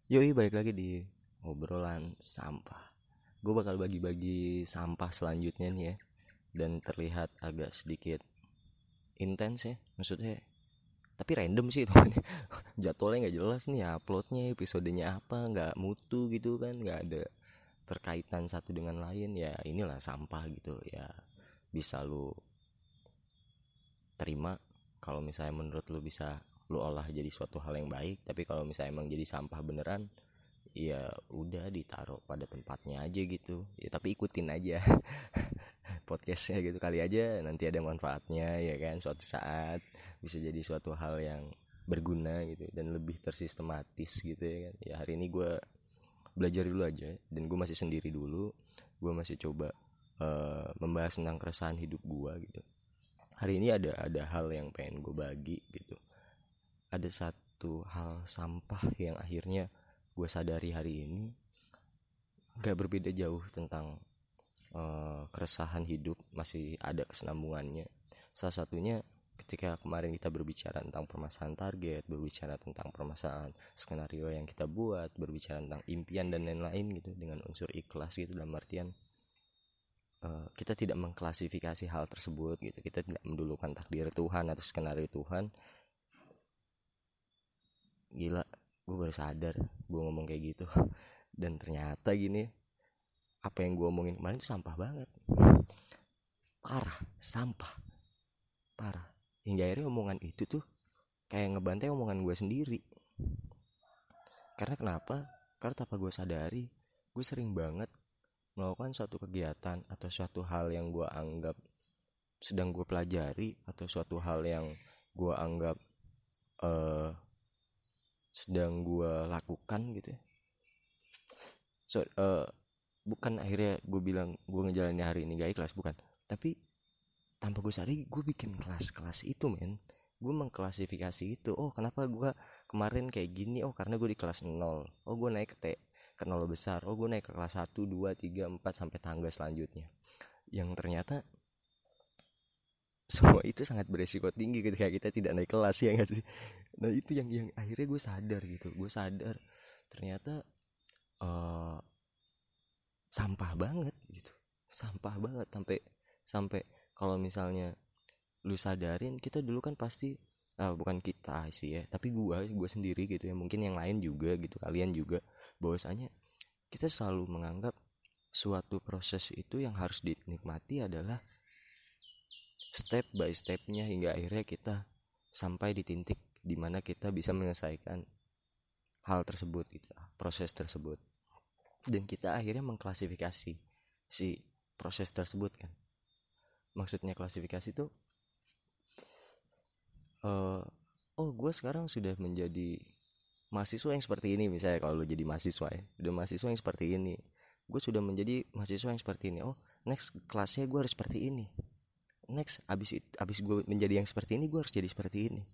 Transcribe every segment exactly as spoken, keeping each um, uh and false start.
Yoi, balik lagi di obrolan sampah. Gue bakal bagi-bagi sampah selanjutnya nih ya. Dan terlihat agak sedikit intens ya. Maksudnya, tapi random sih temannya. Jadwalnya nggak jelas nih, uploadnya, episodenya apa, nggak mutu gitu kan, nggak ada terkaitan satu dengan lain. Ya inilah sampah gitu ya. Bisa lu terima kalau misalnya menurut lu bisa lu olah jadi suatu hal yang baik. Tapi kalau misalnya emang jadi sampah beneran, ya udah ditaruh pada tempatnya aja gitu ya, tapi ikutin aja podcastnya gitu, kali aja nanti ada manfaatnya ya kan, suatu saat bisa jadi suatu hal yang berguna gitu dan lebih tersistematis gitu ya kan. Ya hari ini gue belajar dulu aja dan gue masih sendiri dulu. Gue masih coba uh, membahas tentang keresahan hidup gue gitu. Hari ini ada ada hal yang pengen gue bagi gitu. Ada satu hal sampah yang akhirnya gue sadari hari ini gak berbeda jauh tentang uh, keresahan hidup, masih ada kesenambungannya. Salah satunya ketika kemarin kita berbicara tentang permasalahan target, berbicara tentang permasalahan skenario yang kita buat, berbicara tentang impian dan lain-lain gitu, dengan unsur ikhlas gitu, dalam artian uh, kita tidak mengklasifikasi hal tersebut gitu, kita tidak mendulukan takdir Tuhan atau skenario Tuhan. Gila, gue baru sadar gue ngomong kayak gitu. Dan ternyata gini, apa yang gue omongin kemarin itu sampah banget, parah, sampah, parah. Hingga akhirnya omongan itu tuh kayak ngebantai omongan gue sendiri. Karena kenapa? Karena tanpa gue sadari, gue sering banget melakukan suatu kegiatan atau suatu hal yang gue anggap sedang gue pelajari, atau suatu hal yang gue anggap uh, sedang gue lakukan gitu ya. So, uh, bukan akhirnya gue bilang gue ngejalanin hari ini gak ikhlas, bukan. Tapi tanpa gue sadari gue bikin kelas-kelas itu, men. Gue mengklasifikasi itu. Oh, kenapa gue kemarin kayak gini? Oh, karena gue di kelas nol. Oh, gue naik ke T ke nol besar. Oh, gue naik ke kelas satu, dua, tiga, empat sampai tangga selanjutnya. Yang ternyata semua itu sangat beresiko tinggi ketika kita tidak naik kelas, ya nggak sih? Nah, itu yang yang akhirnya gue sadar gitu. Gue sadar ternyata uh, sampah banget gitu. Sampah banget sampai sampai kalau misalnya lu sadarin, kita dulu kan pasti, ah, bukan kita sih ya, tapi gua gua sendiri gitu ya, mungkin yang lain juga gitu, kalian juga, bahwasanya kita selalu menganggap suatu proses itu yang harus dinikmati adalah step by stepnya, hingga akhirnya kita sampai di titik dimana kita bisa menyelesaikan hal tersebut gitu, proses tersebut. Dan kita akhirnya mengklasifikasi si proses tersebut kan. Maksudnya klasifikasi tuh, uh, oh, gue sekarang sudah menjadi mahasiswa yang seperti ini, misalnya kalau lu jadi mahasiswa ya, udah mahasiswa yang seperti ini. Gue sudah menjadi mahasiswa yang seperti ini. Oh, next kelasnya gue harus seperti ini. Next, abis itu, abis gue menjadi yang seperti ini, gue harus jadi seperti ini.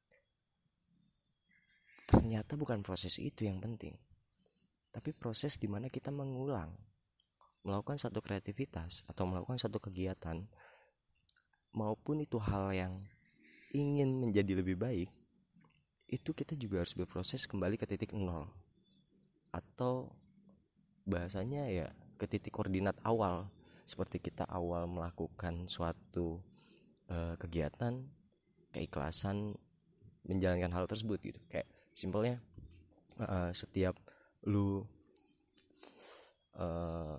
Ternyata bukan proses itu yang penting, tapi proses dimana kita mengulang, melakukan satu kreativitas atau melakukan satu kegiatan, maupun itu hal yang ingin menjadi lebih baik, itu kita juga harus berproses kembali ke titik nol, atau bahasanya ya ke titik koordinat awal. Seperti kita awal melakukan suatu uh, kegiatan, keikhlasan menjalankan hal tersebut gitu. Kayak simpelnya, uh, setiap lu uh,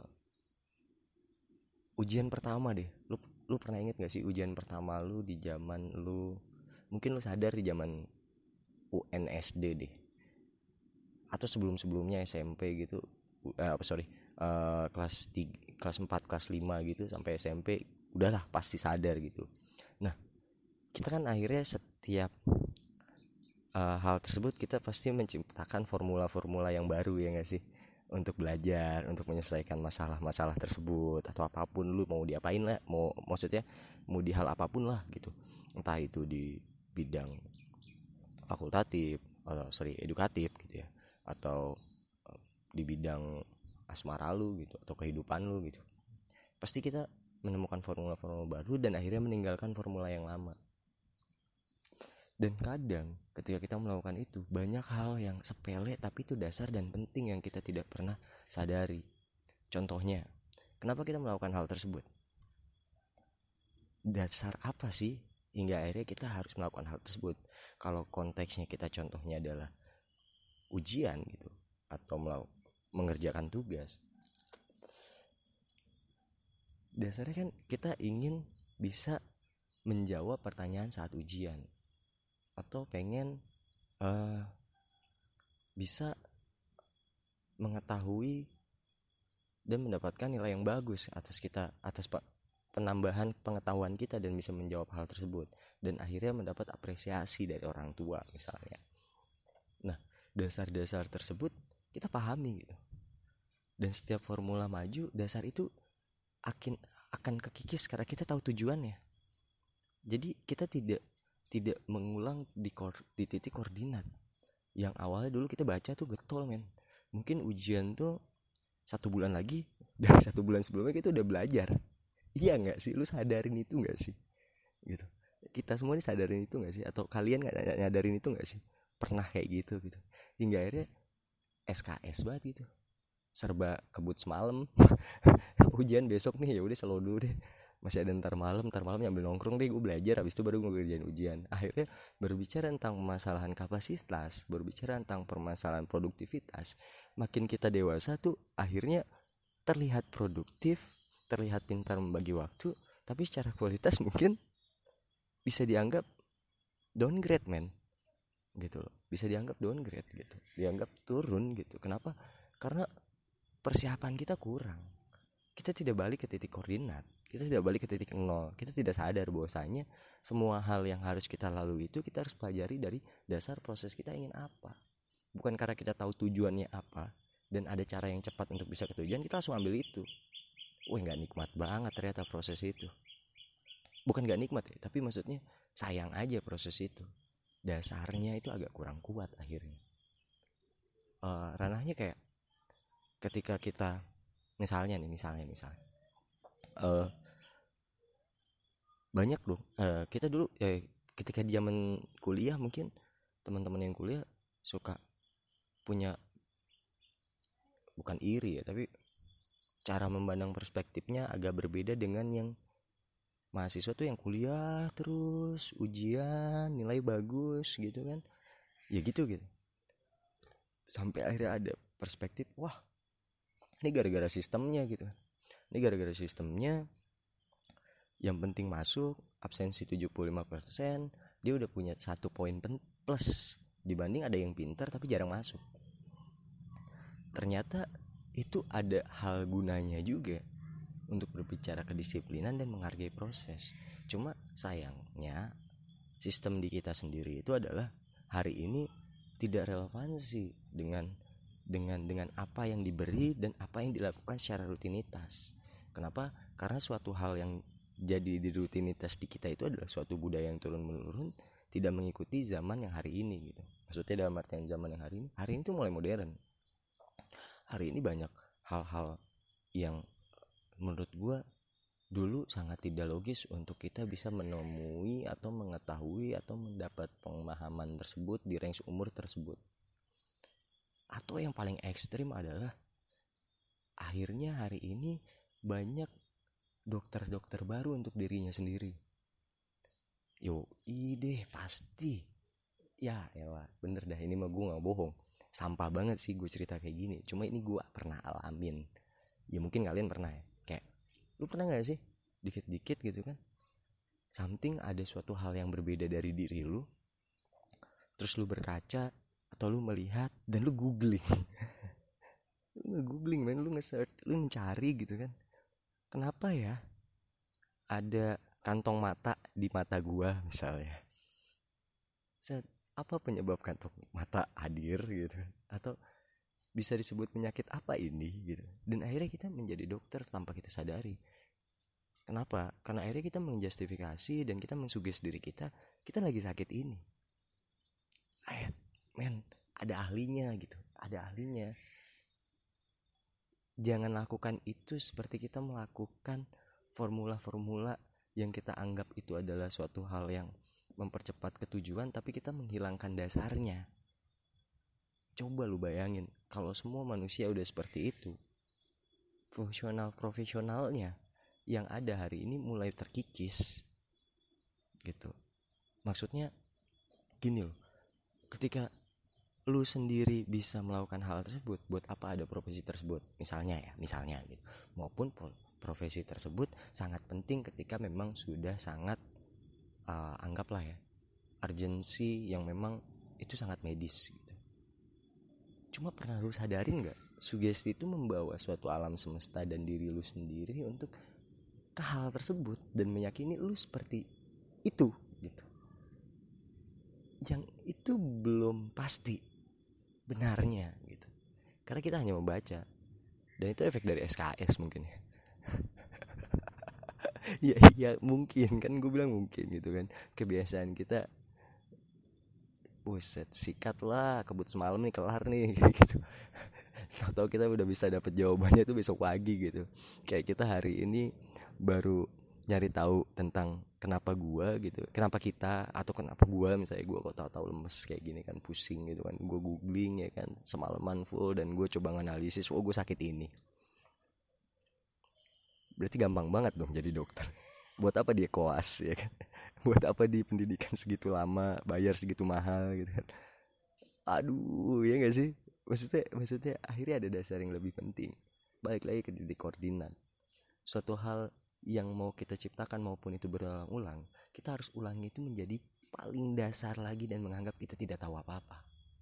ujian pertama deh, lu lu pernah inget gak sih ujian pertama lu di zaman lu, mungkin lu sadar di zaman U N S D deh, atau sebelum-sebelumnya S M P gitu, eh, apa sorry, uh, kelas tiga, kelas empat, kelas lima gitu sampai S M P, udahlah pasti sadar gitu. Nah, kita kan akhirnya setiap uh, hal tersebut kita pasti menciptakan formula-formula yang baru, ya nggak sih, untuk belajar, untuk menyelesaikan masalah-masalah tersebut, atau apapun lu mau diapain lah, mau maksudnya mau di hal apapun lah gitu, entah itu di bidang fakultatif atau sorry edukatif gitu ya, atau uh, di bidang asmara lu gitu, atau kehidupan lu gitu. Pasti kita menemukan formula-formula baru dan akhirnya meninggalkan formula yang lama. Dan kadang ketika kita melakukan itu, banyak hal yang sepele tapi itu dasar dan penting yang kita tidak pernah sadari. Contohnya, kenapa kita melakukan hal tersebut? Dasar apa sih hingga akhirnya kita harus melakukan hal tersebut? Kalau konteksnya kita contohnya adalah ujian gitu, atau melakukan mengerjakan tugas, dasarnya kan kita ingin bisa menjawab pertanyaan saat ujian, atau pengen uh, bisa mengetahui dan mendapatkan nilai yang bagus atas kita, atas penambahan pengetahuan kita, dan bisa menjawab hal tersebut, dan akhirnya mendapat apresiasi dari orang tua misalnya. Nah, dasar-dasar tersebut kita pahami gitu, dan setiap formula maju, dasar itu akan akan kekikis karena kita tahu tujuannya. Jadi kita tidak tidak mengulang di, kor, di titik koordinat yang awalnya dulu kita baca tuh getol men. Mungkin ujian tuh satu bulan lagi, dari satu bulan sebelumnya kita udah belajar. Iya nggak sih? Lu sadarin itu nggak sih? Gitu. Kita semua ini sadarin itu nggak sih? Atau kalian nggak nyadarin itu nggak sih? Pernah kayak gitu gitu. Hingga akhirnya S K S banget gitu. Serba kebut semalam. Ujian besok nih, ya udah slow dulu deh. Masih ada ntar malam, ntar malam nyambil nongkrong deh, gue belajar, habis itu baru gue ngerjain ujian. Akhirnya berbicara tentang permasalahan kapasitas, berbicara tentang permasalahan produktivitas, makin kita dewasa tuh akhirnya terlihat produktif, terlihat pintar membagi waktu, tapi secara kualitas mungkin bisa dianggap downgrade men, gitu loh. Bisa dianggap downgrade gitu, dianggap turun gitu. Kenapa? Karena persiapan kita kurang. Kita tidak balik ke titik koordinat, kita tidak balik ke titik nol. Kita tidak sadar bahwasanya semua hal yang harus kita lalui itu kita harus pelajari dari dasar proses kita ingin apa. Bukan karena kita tahu tujuannya apa dan ada cara yang cepat untuk bisa ke tujuan, kita langsung ambil itu. Wah, gak nikmat banget ternyata proses itu. Bukan gak nikmat ya, tapi maksudnya sayang aja proses itu. Dasarnya itu agak kurang kuat akhirnya. Uh, ranahnya kayak ketika kita misalnya nih, misalnya misalnya uh, banyak loh uh, kita dulu eh, ketika zaman kuliah, mungkin teman-teman yang kuliah suka punya, bukan iri ya, tapi cara memandang perspektifnya agak berbeda dengan yang mahasiswa tuh yang kuliah terus ujian nilai bagus gitu kan, ya gitu gitu, sampai akhirnya ada perspektif, wah ini gara-gara sistemnya gitu. Ini gara-gara sistemnya, yang penting masuk, absensi tujuh puluh lima persen, dia udah punya satu poin plus dibanding ada yang pintar tapi jarang masuk. Ternyata itu ada hal gunanya juga untuk berbicara kedisiplinan dan menghargai proses. Cuma sayangnya sistem di kita sendiri itu adalah hari ini tidak relevansi dengan dengan dengan apa yang diberi dan apa yang dilakukan secara rutinitas. Kenapa? Karena suatu hal yang jadi di rutinitas di kita itu adalah suatu budaya yang turun-menurun, tidak mengikuti zaman yang hari ini gitu. Maksudnya dalam artian zaman yang hari ini, hari ini tuh mulai modern. Hari ini banyak hal-hal yang menurut gua dulu sangat tidak logis untuk kita bisa menemui atau mengetahui atau mendapat pemahaman tersebut di range umur tersebut. Atau yang paling ekstrim adalah akhirnya hari ini banyak dokter-dokter baru untuk dirinya sendiri. Yo, ide pasti. Ya, elah, bener dah, ini mah gue gak bohong. Sampah banget sih gue cerita kayak gini. Cuma ini gue pernah alamin. Ya mungkin kalian pernah ya. Kayak, lu pernah gak sih dikit-dikit gitu kan, something, ada suatu hal yang berbeda dari diri lu, terus lu berkaca atau lu melihat dan lu googling. Lu googling men, lu nge-search, lu mencari gitu kan, kenapa ya ada kantong mata di mata gua misalnya. Set, apa penyebab kantong mata hadir gitu, atau bisa disebut penyakit apa ini gitu. Dan akhirnya kita menjadi dokter tanpa kita sadari. Kenapa? Karena akhirnya kita menjustifikasi dan kita mensuges diri kita, kita lagi sakit ini. Ayat, men, ada ahlinya gitu, ada ahlinya. Jangan lakukan itu seperti kita melakukan formula-formula yang kita anggap itu adalah suatu hal yang mempercepat ketujuan tapi kita menghilangkan dasarnya. Coba lu bayangin kalau semua manusia udah seperti itu, fungsional profesionalnya yang ada hari ini mulai terkikis gitu. Maksudnya gini loh, ketika lu sendiri bisa melakukan hal tersebut, buat apa ada profesi tersebut? Misalnya ya, misalnya gitu. Maupun profesi tersebut sangat penting ketika memang sudah sangat uh, anggaplah ya, urgensi yang memang itu sangat medis gitu. Cuma pernah lu sadarin gak, sugesti itu membawa suatu alam semesta dan diri lu sendiri untuk ke hal tersebut dan meyakini lu seperti itu gitu. Yang itu belum pasti benarnya gitu, karena kita hanya membaca dan itu efek dari S K S mungkin ya. Ya ya mungkin kan, gue bilang mungkin gitu kan, kebiasaan kita buset sikat lah, kebut semalam nih kelar nih kayak gitu. Tahu-tahu kita udah bisa dapet jawabannya tuh besok pagi gitu. Kayak kita hari ini baru nyari tahu tentang kenapa gua gitu, kenapa kita, atau kenapa gua misalnya gua kok tahu-tahu lemes kayak gini kan, pusing gitu kan, gua googling ya kan semalaman full dan gua coba nganalisis, oh gua sakit ini. Berarti gampang banget dong jadi dokter. Buat apa dia koas ya kan? Buat apa di pendidikan segitu lama, bayar segitu mahal gitu kan? Aduh, ya nggak sih? Maksudnya, maksudnya akhirnya ada dasar yang lebih penting. Balik lagi ke titik koordinat. Suatu hal yang mau kita ciptakan maupun itu berulang-ulang, kita harus ulangi itu menjadi paling dasar lagi dan menganggap kita tidak tahu apa-apa.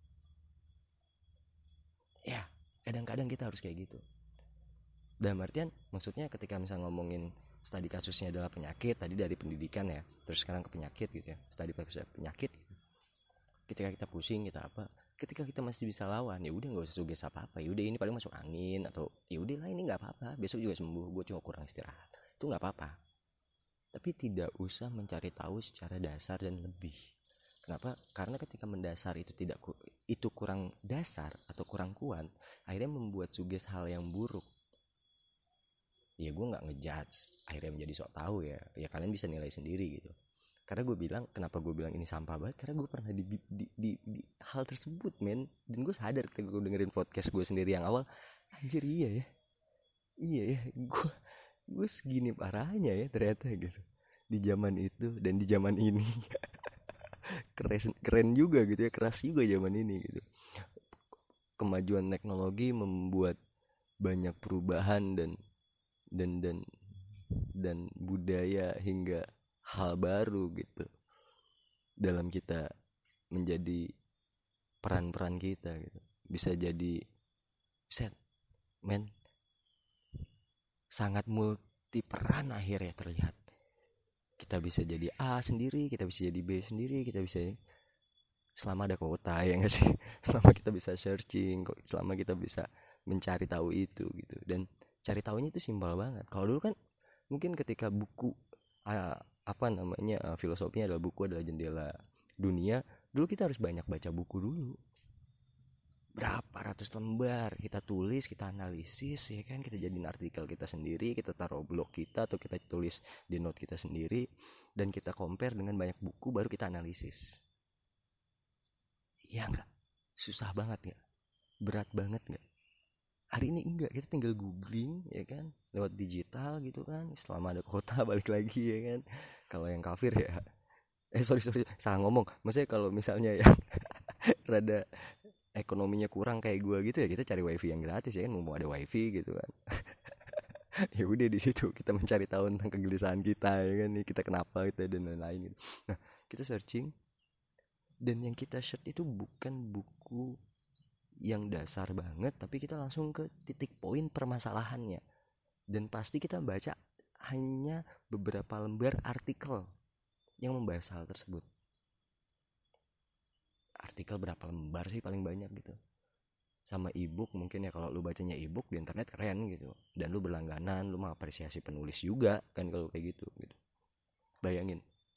Ya, kadang-kadang kita harus kayak gitu. Dalam artian, maksudnya ketika misalnya ngomongin studi kasusnya adalah penyakit, tadi dari pendidikan ya, terus sekarang ke penyakit gitu ya, studi penyakit gitu. Ketika kita pusing, kita apa, ketika kita masih bisa lawan, ya udah nggak usah suges apa-apa, ya udah ini paling masuk angin, atau ya udah lah ini nggak apa-apa, besok juga sembuh, gue cuma kurang istirahat, itu nggak apa-apa. Tapi tidak usah mencari tahu secara dasar dan lebih. Kenapa? Karena ketika mendasar itu tidak itu kurang dasar atau kurang kuat, akhirnya membuat suges hal yang buruk. Ya gue nggak ngejudge, akhirnya menjadi sok tahu ya, ya kalian bisa nilai sendiri gitu. Karena gue bilang, kenapa gue bilang ini sampah banget, karena gue pernah di, di, di, di hal tersebut men, dan gue sadar ketika gue dengerin podcast gue sendiri yang awal, anjir iya ya, iya ya, gue gue segini parahnya ya ternyata gitu di zaman itu dan di zaman ini. keren keren juga gitu ya, keras juga zaman ini gitu. Kemajuan teknologi membuat banyak perubahan dan dan dan dan budaya hingga hal baru gitu dalam kita menjadi peran-peran kita gitu. Bisa jadi set men, sangat multi peran akhirnya terlihat. Kita bisa jadi A sendiri, kita bisa jadi B sendiri, kita bisa, selama ada kuota ya nggak sih, selama kita bisa searching, selama kita bisa mencari tahu itu gitu. Dan cari tahunya itu simpel banget. Kalau dulu kan mungkin ketika buku uh, apa namanya uh, filosofinya adalah buku adalah jendela dunia, dulu kita harus banyak baca buku dulu, berapa ratus lembar kita tulis, kita analisis ya kan, kita jadiin artikel kita sendiri, kita taruh blog kita atau kita tulis di note kita sendiri, dan kita compare dengan banyak buku baru kita analisis. Ya enggak? Susah banget enggak? Berat banget enggak? Hari ini enggak, kita tinggal googling ya kan, lewat digital gitu kan, selama ada kota balik lagi ya kan. Kalau yang kafir ya, eh sorry sorry salah ngomong, maksudnya kalau misalnya yang rada ekonominya kurang kayak gue gitu ya, kita cari wifi yang gratis ya kan, mau ada wifi gitu kan. Ya udah di situ kita mencari tahu tentang kegelisahan kita ya kan, nih kita kenapa kita dan lain-lain gitu. Nah kita searching, dan yang kita search itu bukan buku yang dasar banget, tapi kita langsung ke titik poin permasalahannya, dan pasti kita baca hanya beberapa lembar artikel yang membahas hal tersebut. Artikel berapa lembar sih paling banyak gitu, sama ebook mungkin ya, kalau lu bacanya ebook di internet keren gitu, dan lu berlangganan, lu mengapresiasi penulis juga kan kalau kayak gitu gitu. Bayangin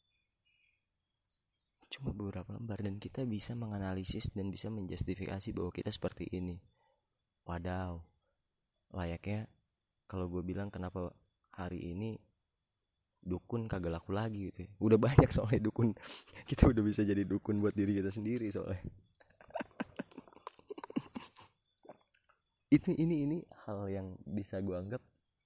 cuma beberapa lembar dan kita bisa menganalisis dan bisa menjustifikasi bahwa kita seperti ini. Wadaw, layaknya kalau gue bilang kenapa hari ini dukun kagak laku lagi gitu ya. Udah banyak soalnya dukun. Kita udah bisa jadi dukun buat diri kita sendiri soalnya. Itu ini ini hal yang bisa gue anggap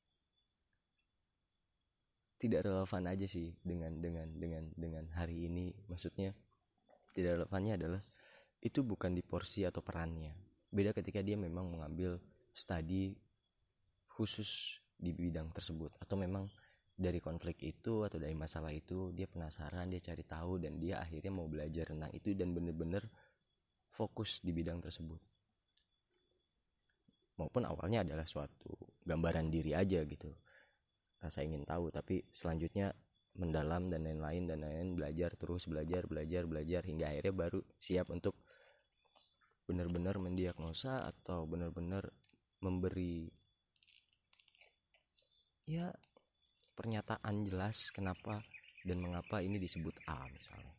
tidak relevan aja sih dengan dengan dengan dengan hari ini. Maksudnya tidak relevannya adalah itu bukan di porsi atau perannya. Beda ketika dia memang mengambil studi khusus di bidang tersebut, atau memang dari konflik itu atau dari masalah itu dia penasaran, dia cari tahu, dan dia akhirnya mau belajar tentang itu dan bener-bener fokus di bidang tersebut. Maupun awalnya adalah suatu gambaran diri aja gitu, rasa ingin tahu, tapi selanjutnya mendalam dan lain-lain dan lain-lain, belajar terus, belajar belajar belajar hingga akhirnya baru siap untuk benar-benar mendiagnosa atau benar-benar memberi ya pernyataan jelas kenapa dan mengapa ini disebut A misalnya.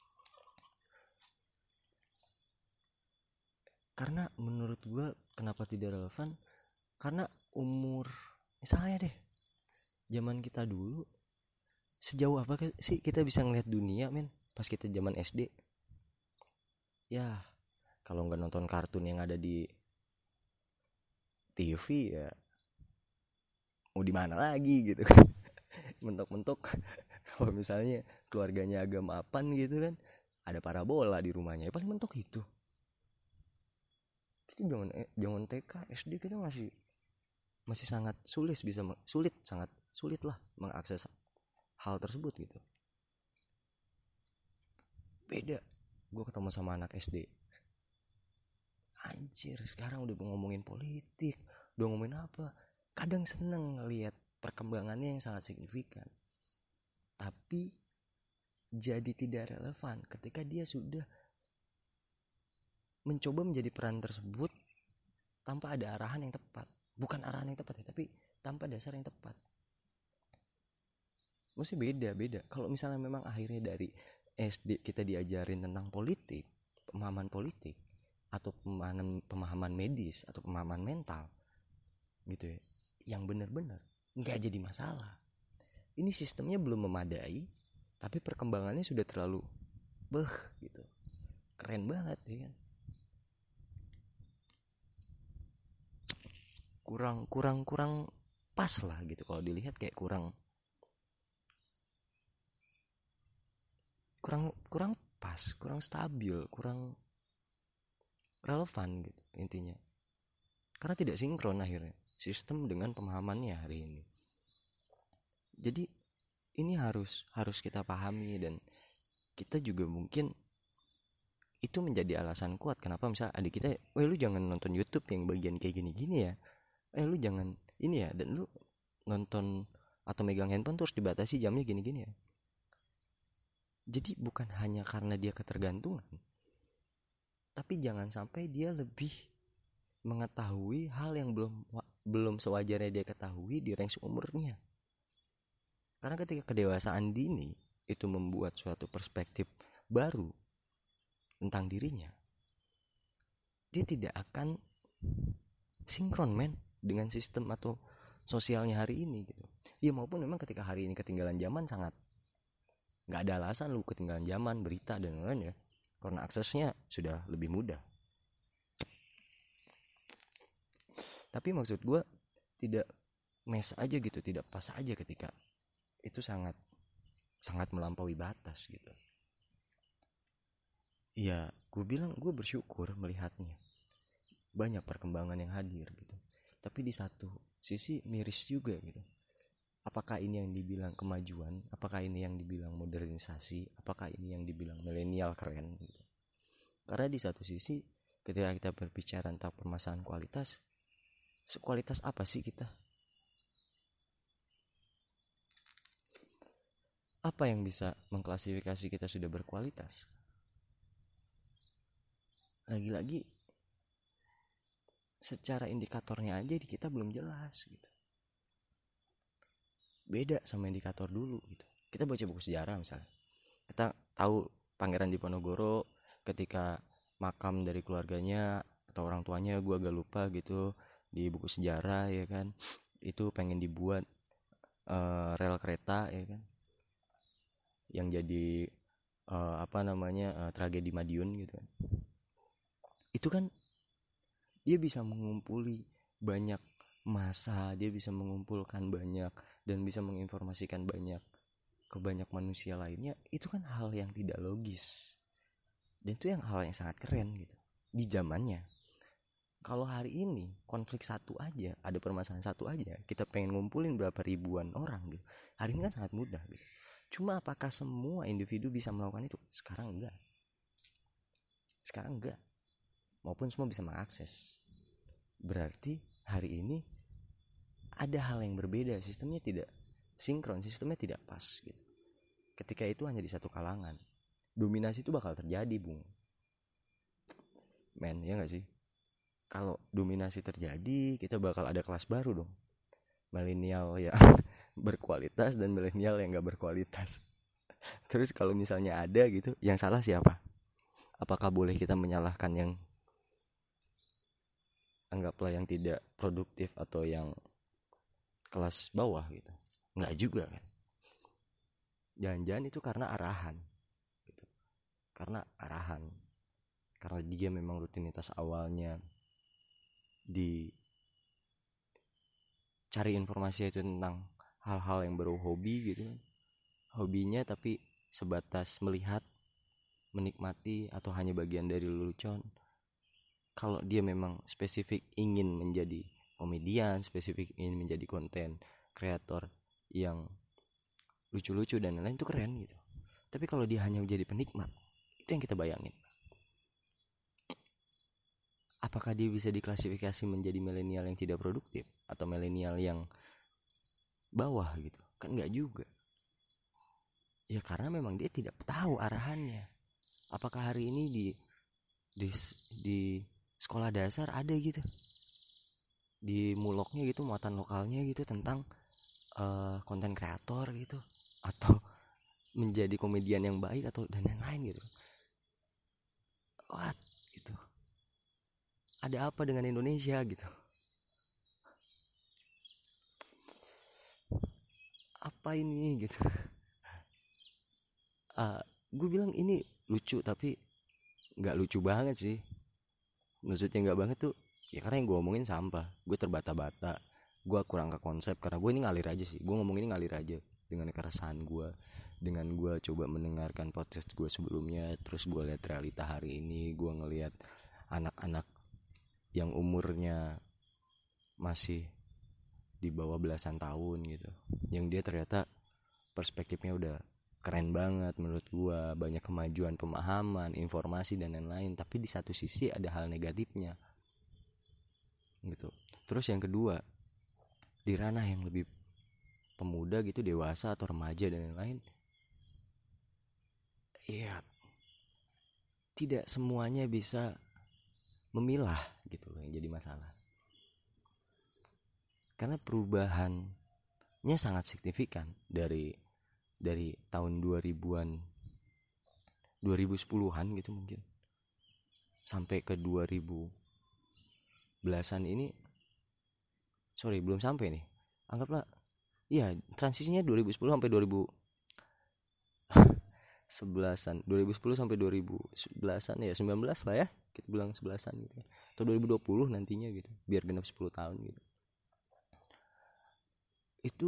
Karena menurut gue kenapa tidak relevan, karena umur misalnya deh zaman kita dulu, sejauh apa sih kita bisa ngeliat dunia men pas kita zaman S D. Ya kalau nggak nonton kartun yang ada di T V ya mau di mana lagi gitu kan. Mentok-mentok kalau misalnya keluarganya agama apaan gitu kan, ada parabola di rumahnya, ya paling mentok itu. Itu jangan jangan T K S D kita masih masih sangat sulit bisa sulit sangat sulit lah mengakses hal tersebut gitu. Beda gue ketemu sama anak S D, anjir sekarang udah ngomongin politik, udah ngomongin apa, kadang seneng ngelihat perkembangannya yang sangat signifikan, tapi jadi tidak relevan ketika dia sudah mencoba menjadi peran tersebut tanpa ada arahan yang tepat. Bukan arahan yang tepat ya, tapi tanpa dasar yang tepat. Maksudnya beda beda kalau misalnya memang akhirnya dari S D kita diajarin tentang politik, pemahaman politik, atau pemahaman pemahaman medis atau pemahaman mental gitu ya, yang benar-benar nggak jadi masalah. Ini sistemnya belum memadai, tapi perkembangannya sudah terlalu beh gitu, keren banget ya kan. Kurang kurang kurang pas lah gitu kalau dilihat, kayak kurang kurang kurang pas, kurang stabil, kurang relevan gitu intinya. Karena tidak sinkron akhirnya sistem dengan pemahamannya hari ini. Jadi ini harus harus kita pahami, dan kita juga mungkin itu menjadi alasan kuat kenapa misalnya adik kita, "Weh lu jangan nonton YouTube yang bagian kayak gini-gini ya. Eh lu jangan ini ya, dan lu nonton atau megang handphone terus dibatasi jamnya gini-gini ya." Jadi bukan hanya karena dia ketergantungan, tapi jangan sampai dia lebih mengetahui hal yang belum belum sewajarnya dia ketahui di range umurnya. Karena ketika kedewasaan dini itu membuat suatu perspektif baru tentang dirinya, dia tidak akan sinkron men dengan sistem atau sosialnya hari ini gitu. Ya maupun memang ketika hari ini ketinggalan zaman, sangat nggak ada alasan lu ketinggalan zaman berita dan lain-lain ya, karena aksesnya sudah lebih mudah. Tapi maksud gue tidak mes aja gitu, tidak pas aja ketika itu sangat sangat melampaui batas gitu. Ya gue bilang gue bersyukur melihatnya banyak perkembangan yang hadir gitu, tapi di satu sisi miris juga gitu. Apakah ini yang dibilang kemajuan, apakah ini yang dibilang modernisasi, apakah ini yang dibilang milenial keren gitu. Karena di satu sisi ketika kita berbicara tentang permasalahan kualitas, sekualitas apa sih kita? Apa yang bisa mengklasifikasi kita sudah berkualitas? Lagi-lagi secara indikatornya aja di kita belum jelas gitu. Beda sama indikator dulu gitu. Kita baca buku sejarah misalnya, kita tahu Pangeran Diponegoro ketika makam dari keluarganya atau orang tuanya, gue agak lupa gitu, di buku sejarah ya kan, itu pengen dibuat uh, rel kereta ya kan, yang jadi uh, apa namanya uh, tragedi Madiun gitu kan. Itu kan dia bisa mengumpuli banyak massa, dia bisa mengumpulkan banyak dan bisa menginformasikan banyak ke banyak manusia lainnya. Itu kan hal yang tidak logis, dan itu yang hal yang sangat keren gitu di zamannya. Kalau hari ini konflik satu aja, ada permasalahan satu aja, kita pengen ngumpulin berapa ribuan orang gitu. Hari ini kan sangat mudah gitu. Cuma apakah semua individu bisa melakukan itu? Sekarang enggak. Sekarang enggak. Maupun semua bisa mengakses. Berarti hari ini ada hal yang berbeda, sistemnya tidak sinkron, sistemnya tidak pas gitu. Ketika itu hanya di satu kalangan, dominasi itu bakal terjadi, Bung. Men, ya enggak sih? Kalau dominasi terjadi, kita bakal ada kelas baru dong. Milenial yang berkualitas dan milenial yang gak berkualitas. Terus kalau misalnya ada gitu, yang salah siapa? Apakah boleh kita menyalahkan yang anggaplah yang tidak produktif atau yang kelas bawah gitu? Enggak juga kan. Jangan-jangan itu karena arahan gitu. Karena arahan. Karena dia memang rutinitas awalnya di cari informasi itu tentang hal-hal yang baru, hobi gitu, hobinya tapi sebatas melihat, menikmati atau hanya bagian dari lelucon. Kalau dia memang spesifik ingin menjadi komedian, spesifik ingin menjadi konten kreator yang lucu-lucu dan lain-lain, itu keren gitu. Tapi kalau dia hanya menjadi penikmat, itu yang kita bayangin. Apakah dia bisa diklasifikasi menjadi milenial yang tidak produktif atau milenial yang bawah gitu? Kan enggak juga. Ya karena memang dia tidak tahu arahannya. Apakah hari ini di di, di sekolah dasar ada gitu, di muloknya gitu, muatan lokalnya gitu tentang uh, konten kreator gitu, atau menjadi komedian yang baik atau dan lain-lain gitu. What gitu? Ada apa dengan Indonesia gitu? Apa ini gitu? Uh, gue bilang ini lucu tapi nggak lucu banget sih. Maksudnya nggak banget tuh ya karena yang gue omongin sampah. Gue terbata-bata, gue kurang ke konsep karena gue ini ngalir aja sih. Gue ngomong ini ngalir aja dengan keresahan gue, dengan gue coba mendengarkan podcast gue sebelumnya, terus gue lihat realita hari ini. Gue ngelihat anak-anak yang umurnya masih di bawah belasan tahun gitu, yang dia ternyata perspektifnya udah keren banget menurut gua, banyak kemajuan pemahaman, informasi dan lain-lain. Tapi di satu sisi ada hal negatifnya gitu. Terus yang kedua, di ranah yang lebih pemuda gitu, dewasa atau remaja dan lain-lain, ya tidak semuanya bisa memilah gitu yang jadi masalah. Karena perubahannya sangat signifikan dari dari tahun dua ribuan, dua ribu sepuluhan gitu mungkin, sampai ke dua ribu belasan ini. Sorry, belum sampai nih. Anggaplah iya, transisinya dua ribu sepuluh sampai dua ribu sebelasan, dua ribu sepuluh sampai dua ribu sebelasan ya, sembilan belas lah ya, kita bilang sebelasan gitu. Atau dua ribu dua puluh nantinya gitu, biar genap sepuluh tahun gitu. Itu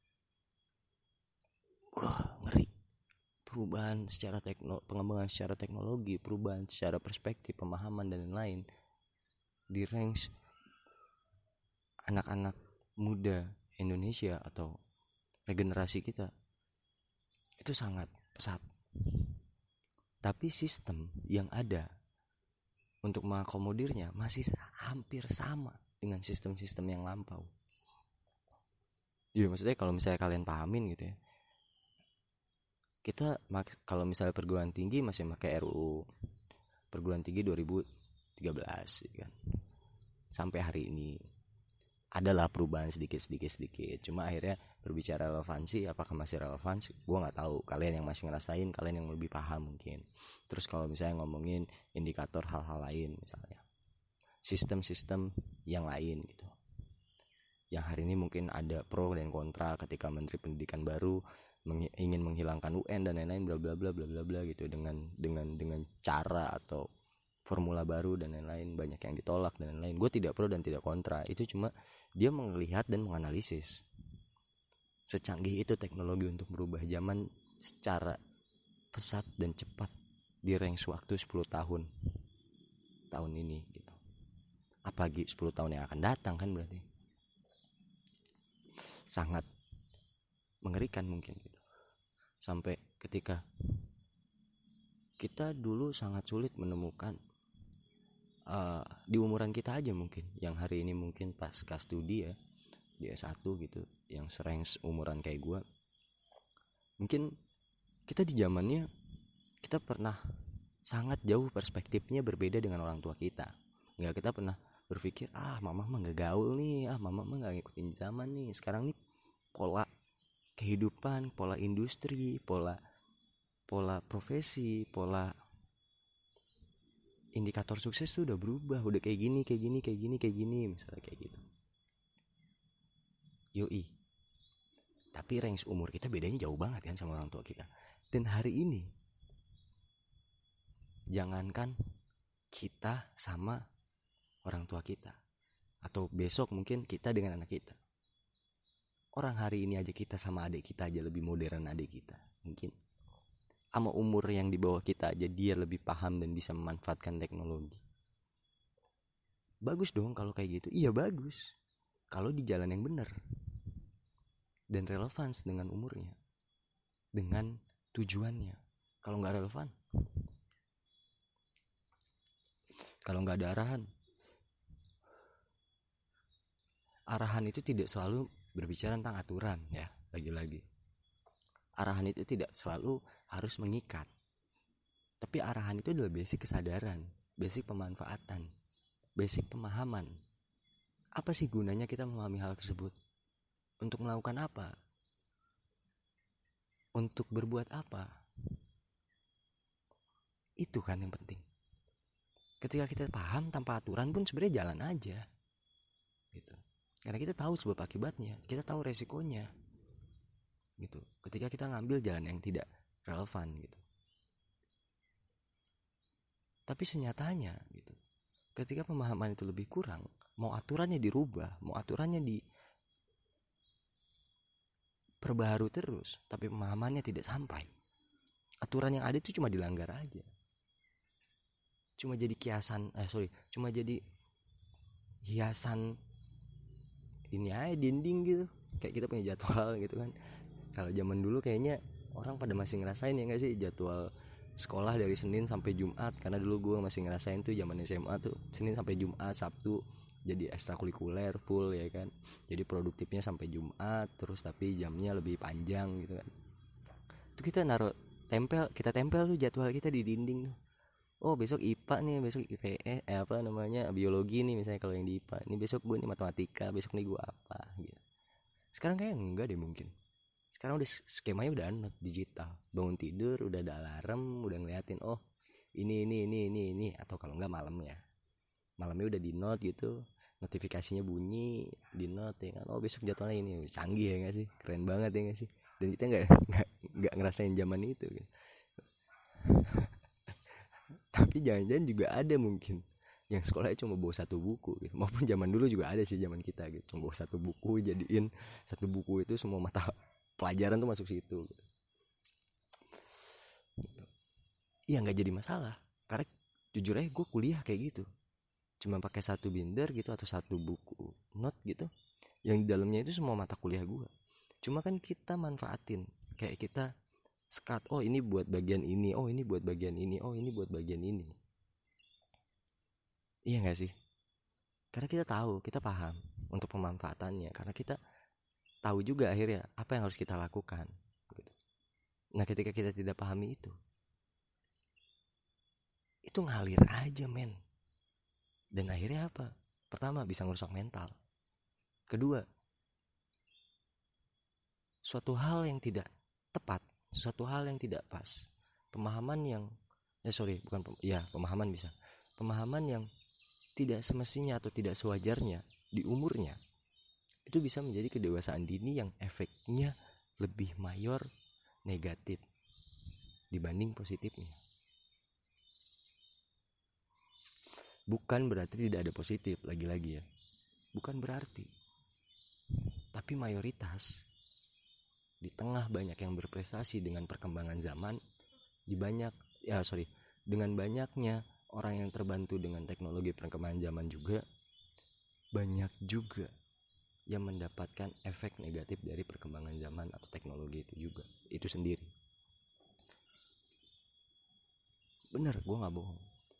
wah, ngeri. Perubahan secara teknologi, pengembangan secara teknologi, perubahan secara perspektif, pemahaman dan lain-lain di range anak-anak muda Indonesia atau regenerasi kita itu sangat pesat. Tapi sistem yang ada untuk mengakomodirnya masih hampir sama dengan sistem-sistem yang lampau. Jadi maksudnya kalau misalnya kalian pahamin gitu ya, kita kalau misalnya perguruan tinggi masih pakai R U U perguruan tinggi dua ribu tiga belas kan, sampai hari ini adalah perubahan sedikit-sedikit sedikit. Cuma akhirnya berbicara relevansi, apakah masih relevan? Gue nggak tahu. Kalian yang masih ngerasain, kalian yang lebih paham mungkin. Terus kalau misalnya ngomongin indikator hal-hal lain, misalnya sistem-sistem yang lain gitu, yang hari ini mungkin ada pro dan kontra ketika Menteri Pendidikan baru meng- ingin menghilangkan U N dan lain-lain bla bla bla bla bla bla gitu dengan dengan dengan cara atau formula baru dan lain-lain, banyak yang ditolak dan lain-lain. Gue tidak pro dan tidak kontra, itu cuma dia melihat dan menganalisis secanggih itu teknologi untuk merubah zaman secara pesat dan cepat di range waktu sepuluh tahun tahun ini gitu. Apalagi sepuluh tahun yang akan datang kan, berarti sangat mengerikan mungkin gitu. Sampai ketika kita dulu sangat sulit menemukan uh, di umuran kita aja mungkin, yang hari ini mungkin pasca studi ya di S satu gitu, yang sering umuran kayak gue, mungkin kita di zamannya kita pernah sangat jauh perspektifnya berbeda dengan orang tua kita. Nggak, kita pernah berpikir ah mama mah nggak gaul nih, ah mama mah nggak ngikutin zaman nih. Sekarang nih pola kehidupan, pola industri, pola pola profesi, pola indikator sukses tuh udah berubah, udah kayak gini kayak gini kayak gini kayak gini misalnya kayak gitu. Yoi. Tapi range umur kita bedanya jauh banget kan sama orang tua kita. Dan hari ini jangankan kita sama orang tua kita, atau besok mungkin kita dengan anak kita. Orang hari ini aja kita sama adik kita aja lebih modern adik kita. Mungkin sama umur yang di bawah kita aja dia lebih paham dan bisa memanfaatkan teknologi. Bagus dong kalau kayak gitu. Iya bagus. Kalau di jalan yang benar dan relevan dengan umurnya, dengan tujuannya. Kalau nggak relevan, kalau nggak ada arahan, arahan itu tidak selalu berbicara tentang aturan ya. Lagi-lagi arahan itu tidak selalu harus mengikat, tapi arahan itu adalah basic kesadaran, basic pemanfaatan, basic pemahaman. Apa sih gunanya kita memahami hal tersebut? Untuk melakukan apa? Untuk berbuat apa? Itu kan yang penting. Ketika kita paham tanpa aturan pun sebenarnya jalan aja gitu. Karena kita tahu sebab akibatnya, kita tahu resikonya gitu. Ketika kita ngambil jalan yang tidak relevan gitu. Tapi senyatanya gitu, ketika pemahaman itu lebih kurang, mau aturannya dirubah, mau aturannya diperbaharui terus, tapi pemahamannya tidak sampai. Aturan yang ada itu cuma dilanggar aja. Cuma jadi kiasan, eh sorry, cuma jadi hiasan ini aja dinding gitu. Kayak kita punya jadwal gitu kan. Kalau zaman dulu kayaknya orang pada masih ngerasain ya nggak sih, jadwal sekolah dari Senin sampai Jumat. Karena dulu gue masih ngerasain tuh zaman S M A tuh Senin sampai Jumat, Sabtu jadi ekstrakurikuler full ya kan. Jadi produktifnya sampai Jumat terus, tapi jamnya lebih panjang gitu kan. Itu kita naruh tempel, kita tempel tuh jadwal kita di dinding tuh. Oh besok I P A nih, besok I P S, eh apa namanya biologi nih misalnya kalau yang di I P A. Ini besok gue nih matematika, besok nih gue apa gitu. Sekarang kayak enggak deh mungkin. Sekarang udah skemanya udah not digital. Bangun tidur udah ada alarm, udah ngeliatin oh ini ini ini ini ini, atau kalau enggak malamnya. Malamnya udah di note gitu, notifikasinya bunyi di note ya kan. Oh besok jadwalnya ini. Canggih ya enggak sih? Keren banget ya enggak sih? Dan kita enggak enggak enggak ngerasain zaman itu gitu. Tapi jangan-jangan juga ada mungkin yang sekolahnya cuma bawa satu buku gitu. Maupun zaman dulu juga ada sih, zaman kita gitu, cuma bawa satu buku, jadiin satu buku itu semua mata pelajaran tuh masuk situ gitu. Iya nggak jadi masalah, karena jujur aja gue kuliah kayak gitu, cuma pakai satu binder gitu atau satu buku note gitu, yang di dalamnya itu semua mata kuliah gue. Cuma kan kita manfaatin, kayak kita sekat, oh ini buat bagian ini, oh ini buat bagian ini, oh ini buat bagian ini. Iya gak sih? Karena kita tahu, kita paham untuk pemanfaatannya. Karena kita tahu juga akhirnya apa yang harus kita lakukan gitu. Nah ketika kita tidak pahami itu, itu ngalir aja men. Dan akhirnya apa? Pertama bisa ngerusak mental. Kedua, suatu hal yang tidak tepat, suatu hal yang tidak pas, pemahaman yang eh sorry bukan pem, ya pemahaman bisa pemahaman yang tidak semestinya atau tidak sewajarnya di umurnya, itu bisa menjadi kedewasaan dini yang efeknya lebih mayor negatif dibanding positifnya. Bukan berarti tidak ada positif, lagi-lagi ya, bukan berarti, tapi mayoritas di tengah banyak yang berprestasi dengan perkembangan zaman, di banyak ya sorry dengan banyaknya orang yang terbantu dengan teknologi perkembangan zaman juga, banyak juga yang mendapatkan efek negatif dari perkembangan zaman atau teknologi itu juga, itu sendiri. Bener, gue gak bohong.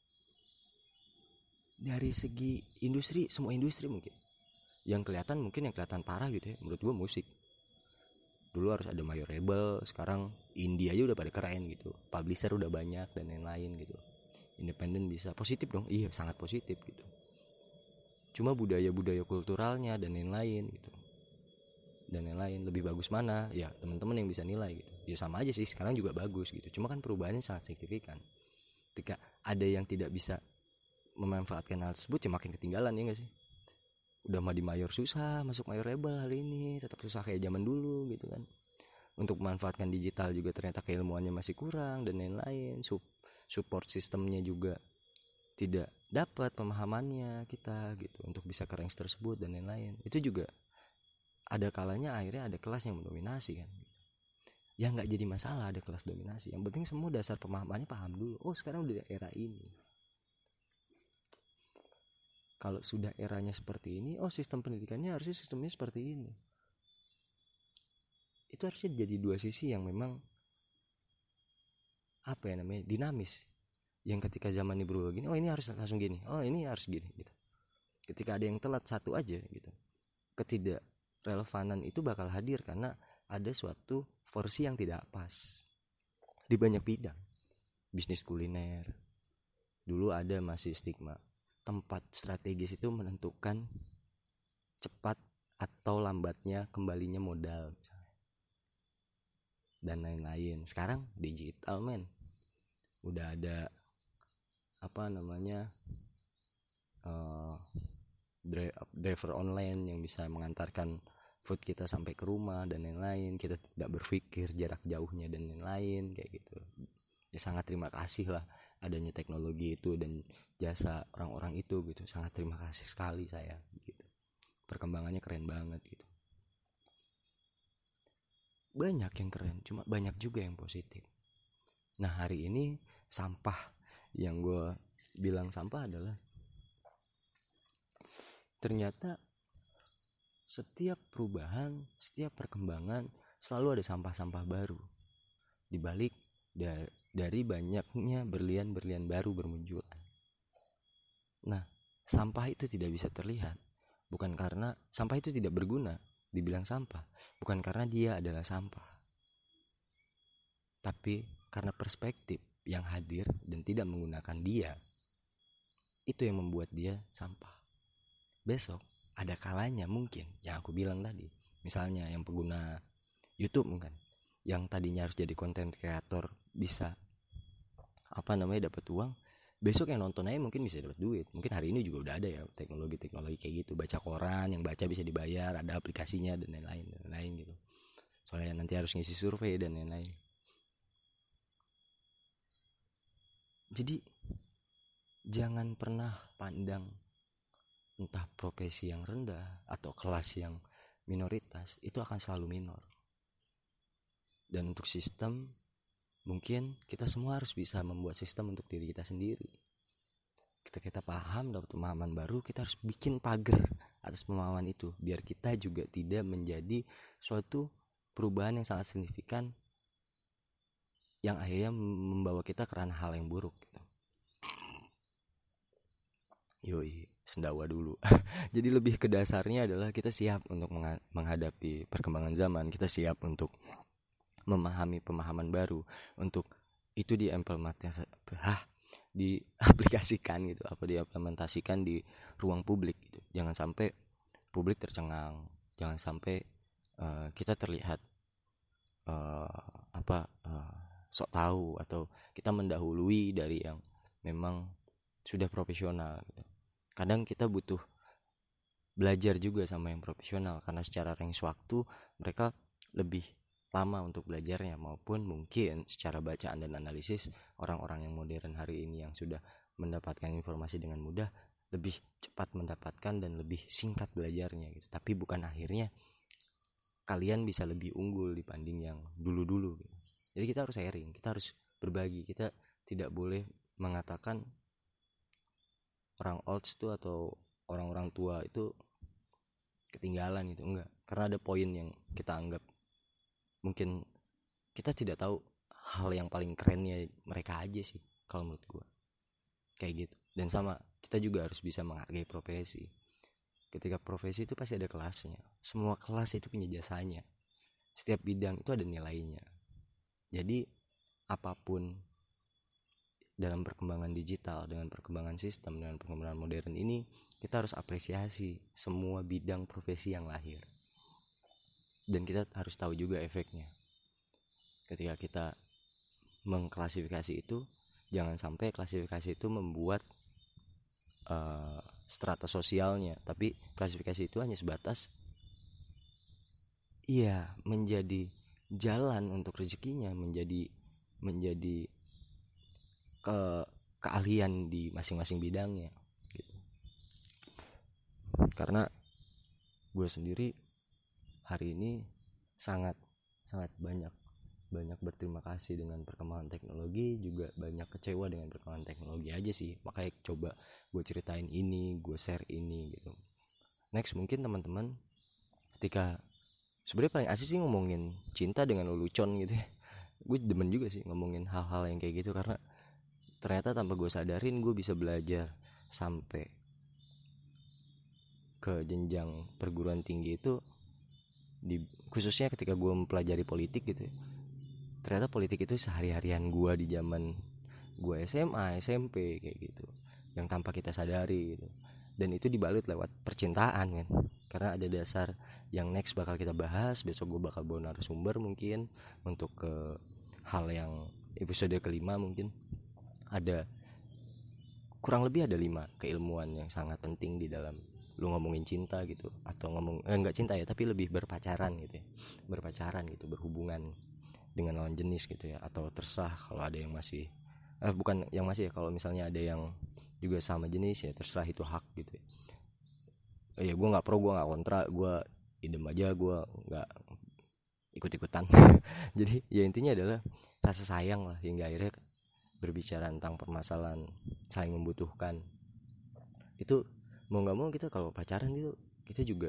Dari segi industri, semua industri mungkin yang kelihatan, mungkin yang kelihatan parah gitu ya, menurut gue musik. Dulu harus ada major label, sekarang indie aja udah pada keren gitu, publisher udah banyak dan lain-lain gitu. Independen bisa, positif dong, iya sangat positif gitu. Cuma budaya-budaya kulturalnya dan lain-lain gitu, dan lain-lain lebih bagus mana ya teman-teman yang bisa nilai gitu. Ya sama aja sih, sekarang juga bagus gitu, cuma kan perubahannya sangat signifikan. Ketika ada yang tidak bisa memanfaatkan hal tersebut, ya makin ketinggalan, ya nggak sih? Udah mah di mayor susah, masuk mayor label hari ini tetap susah kayak zaman dulu gitu kan. Untuk memanfaatkan digital juga ternyata keilmuannya masih kurang dan lain-lain. Sup- support sistemnya juga tidak dapat pemahamannya kita gitu untuk bisa ke range tersebut dan lain-lain. Itu juga ada kalanya akhirnya ada kelas yang mendominasi kan. Ya nggak jadi masalah ada kelas dominasi, yang penting semua dasar pemahamannya paham dulu. Oh sekarang udah era ini, kalau sudah eranya seperti ini, oh sistem pendidikannya harusnya sistemnya seperti ini. Itu harusnya jadi dua sisi yang memang apa ya namanya, dinamis. Yang ketika zaman ini berubah gini, oh ini harus langsung gini, oh ini harus gini gitu. Ketika ada yang telat satu aja gitu, ketidakrelevanan itu bakal hadir karena ada suatu versi yang tidak pas di banyak bidang. Bisnis kuliner dulu ada masih stigma tempat strategis itu menentukan cepat atau lambatnya kembalinya modal misalnya, dan lain-lain. Sekarang digital men, udah ada apa namanya uh, driver online yang bisa mengantarkan food kita sampai ke rumah dan lain-lain. Kita tidak berpikir jarak jauhnya dan lain-lain kayak gitu. Ya sangat terima kasih lah adanya teknologi itu dan jasa orang-orang itu gitu. Sangat terima kasih sekali saya gitu. Perkembangannya keren banget gitu. Banyak yang keren, cuma banyak juga yang positif. Nah hari ini sampah, yang gue bilang sampah adalah ternyata setiap perubahan, setiap perkembangan selalu ada sampah-sampah baru. Di balik da- dari banyaknya berlian-berlian baru bermunculan. Nah, sampah itu tidak bisa terlihat. Bukan karena sampah itu tidak berguna, dibilang sampah. Bukan karena dia adalah sampah. Tapi karena perspektif yang hadir dan tidak menggunakan dia, itu yang membuat dia sampah. Besok ada kalanya mungkin yang aku bilang tadi, misalnya yang pengguna YouTube mungkin, yang tadinya harus jadi content creator bisa apa namanya dapat uang, besok yang nonton aja mungkin bisa dapat duit. Mungkin hari ini juga udah ada ya teknologi-teknologi kayak gitu, baca koran, yang baca bisa dibayar, ada aplikasinya dan lain-lain dan lain gitu. Soalnya nanti harus ngisi survei dan lain-lain. Jadi jangan pernah pandang entah profesi yang rendah atau kelas yang minoritas itu akan selalu minor. Dan untuk sistem, mungkin kita semua harus bisa membuat sistem untuk diri kita sendiri. Ketika kita paham, dapat pemahaman baru, kita harus bikin pagar atas pemahaman itu, biar kita juga tidak menjadi suatu perubahan yang sangat signifikan yang akhirnya membawa kita ke ranah hal yang buruk gitu. Yoi, sendawa dulu. Jadi lebih ke dasarnya adalah kita siap untuk menghadapi perkembangan zaman, kita siap untuk memahami pemahaman baru, untuk itu diimplementasikan, ah, diaplikasikan gitu, apa diimplementasikan di ruang publik gitu. Jangan sampai publik tercengang, jangan sampai uh, kita terlihat uh, apa uh, sok tahu atau kita mendahului dari yang memang sudah profesional gitu. Kadang kita butuh belajar juga sama yang profesional karena secara range waktu mereka lebih lama untuk belajarnya, maupun mungkin secara bacaan dan analisis orang-orang yang modern hari ini yang sudah mendapatkan informasi dengan mudah lebih cepat mendapatkan dan lebih singkat belajarnya gitu. Tapi bukan akhirnya kalian bisa lebih unggul dibanding yang dulu-dulu gitu. Jadi kita harus sharing, kita harus berbagi. Kita tidak boleh mengatakan orang old itu atau orang-orang tua itu ketinggalan gitu, enggak. Karena ada poin yang kita anggap mungkin kita tidak tahu hal yang paling kerennya mereka aja sih kalau menurut gue kayak gitu. Dan sama, kita juga harus bisa menghargai profesi. Ketika profesi itu pasti ada kelasnya, semua kelas itu punya jasanya, setiap bidang itu ada nilainya. Jadi apapun dalam perkembangan digital, dengan perkembangan sistem, dengan perkembangan modern ini, kita harus apresiasi semua bidang profesi yang lahir. Dan kita harus tahu juga efeknya. Ketika kita mengklasifikasi itu, jangan sampai klasifikasi itu membuat uh, strata sosialnya, tapi klasifikasi itu hanya sebatas iya menjadi jalan untuk rezekinya, menjadi menjadi ke keahlian di masing-masing bidangnya gitu. Karena gue sendiri hari ini sangat sangat banyak banyak berterima kasih dengan perkembangan teknologi, juga banyak kecewa dengan perkembangan teknologi aja sih. Makanya coba gue ceritain ini, gue share ini gitu. Next mungkin teman-teman, ketika sebenarnya paling asik sih ngomongin cinta dengan lelucon gitu ya. Gue demen juga sih ngomongin hal-hal yang kayak gitu, karena ternyata tanpa gue sadarin gue bisa belajar sampai ke jenjang perguruan tinggi itu di, khususnya ketika gue mempelajari politik gitu ya. Ternyata politik itu sehari-harian gue di zaman gue S M A, S M P kayak gitu, yang tanpa kita sadari gitu. Dan itu dibalut lewat percintaan kan. Karena ada dasar yang next bakal kita bahas. Besok gue bakal bawa narasumber mungkin untuk ke hal yang episode kelima mungkin. Ada kurang lebih ada lima keilmuan yang sangat penting di dalam lu ngomongin cinta gitu, atau ngomong eh, enggak cinta ya, tapi lebih berpacaran gitu ya. Berpacaran gitu, berhubungan dengan lawan jenis gitu ya, atau terserah kalau ada yang masih eh bukan yang masih ya, kalau misalnya ada yang juga sama jenis ya terserah, itu hak gitu ya. Eh, ya gue nggak pro, gue nggak kontra, gue idem aja, gue nggak ikut-ikutan. Jadi ya intinya adalah rasa sayang lah, hingga akhirnya berbicara tentang permasalahan saling membutuhkan. Itu mau nggak mau kita kalau pacaran itu kita juga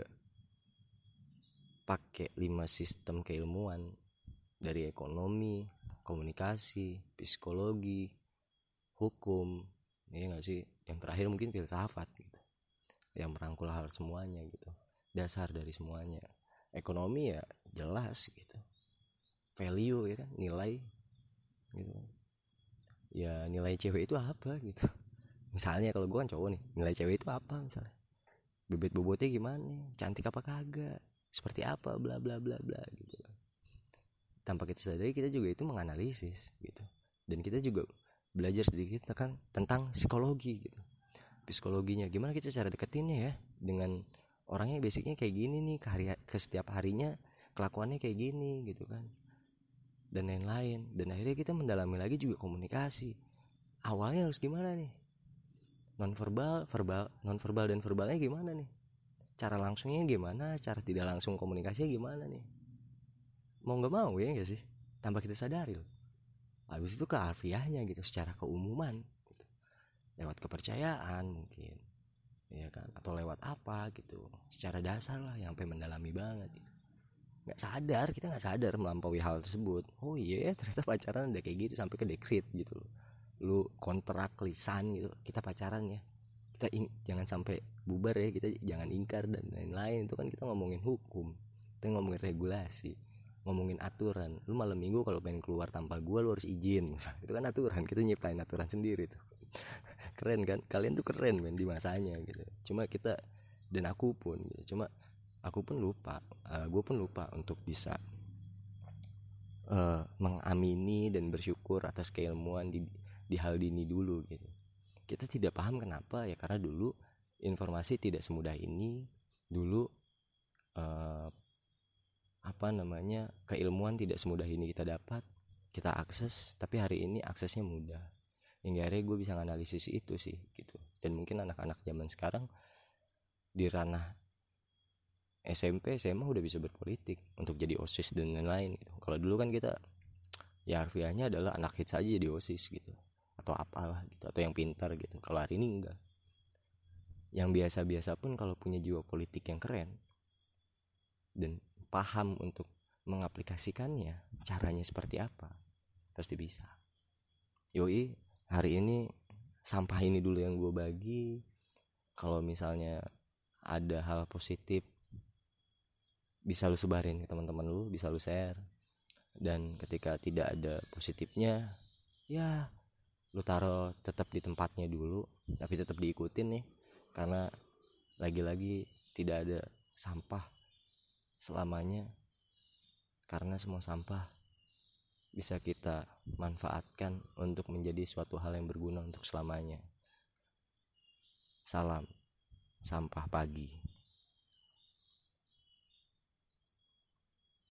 pakai lima sistem keilmuan, dari ekonomi, komunikasi, psikologi, hukum, ya nggak sih, yang terakhir mungkin filsafat gitu, yang merangkul hal semuanya gitu, dasar dari semuanya. Ekonomi ya jelas gitu, value ya kan, nilai gitu, ya nilai cewek itu apa gitu. Misalnya kalau gue kan cowok nih, nilai cewek itu apa misalnya, bebet bobotnya gimana, cantik apa kagak, seperti apa, bla bla bla bla gitu. Tanpa kita sadari kita juga itu menganalisis gitu. Dan kita juga belajar sedikit tentang tentang psikologi gitu. Psikologinya gimana kita cara deketinnya ya, dengan orangnya basicnya kayak gini nih, ke, hari, ke setiap harinya kelakuannya kayak gini gitu kan, dan lain-lain. Dan akhirnya kita mendalami lagi juga komunikasi. Awalnya harus gimana nih, nonverbal, verbal, nonverbal dan verbalnya gimana nih, cara langsungnya gimana, cara tidak langsung komunikasinya gimana nih. Mau nggak mau ya nggak sih, tanpa kita sadari loh. Habis itu kealfiahnya gitu, secara keumuman gitu. Lewat kepercayaan mungkin ya kan, atau lewat apa gitu, secara dasar lah yang sampai mendalami banget gitu. Nggak sadar, kita nggak sadar melampaui hal tersebut. Oh iya, ternyata pacaran udah kayak gitu, sampai ke dekret gitu loh. Lu kontrak lisan gitu, kita pacaran ya, kita ing- jangan sampai bubar ya, kita jangan ingkar dan lain-lain. Itu kan kita ngomongin hukum, kita ngomongin regulasi, ngomongin aturan. Lu malam minggu kalau pengen keluar tanpa gua lu harus izin. Itu kan aturan, kita nyiptain aturan sendiri tuh. Keren kan, kalian tuh keren men di masanya gitu. Cuma kita, dan aku pun gitu. Cuma aku pun lupa, uh, gue pun lupa untuk bisa uh, mengamini dan bersyukur atas keilmuan di, di hal dini dulu gitu. Kita tidak paham kenapa ya, karena dulu informasi tidak semudah ini. Dulu uh, apa namanya keilmuan tidak semudah ini kita dapat, kita akses, tapi hari ini aksesnya mudah. Hingga akhirnya gue bisa nganalisis itu sih gitu. Dan mungkin anak-anak zaman sekarang di ranah S M P S M A udah bisa berpolitik untuk jadi OSIS dan lain-lain gitu. Kalau dulu kan kita ya harfiahnya adalah anak hits aja jadi OSIS gitu, atau apalah gitu, atau yang pintar gitu. Kalau hari ini enggak, yang biasa-biasa pun kalau punya jiwa politik yang keren dan paham untuk mengaplikasikannya, caranya seperti apa, pasti bisa. Yoi, hari ini sampah ini dulu yang gue bagi. Kalau misalnya ada hal positif, bisa lu sebarin ke teman-teman lu, bisa lu share. Dan ketika tidak ada positifnya, ya lu taruh tetap di tempatnya dulu, tapi tetap diikutin nih, karena lagi-lagi tidak ada sampah selamanya, karena semua sampah bisa kita manfaatkan untuk menjadi suatu hal yang berguna untuk selamanya. Salam sampah pagi.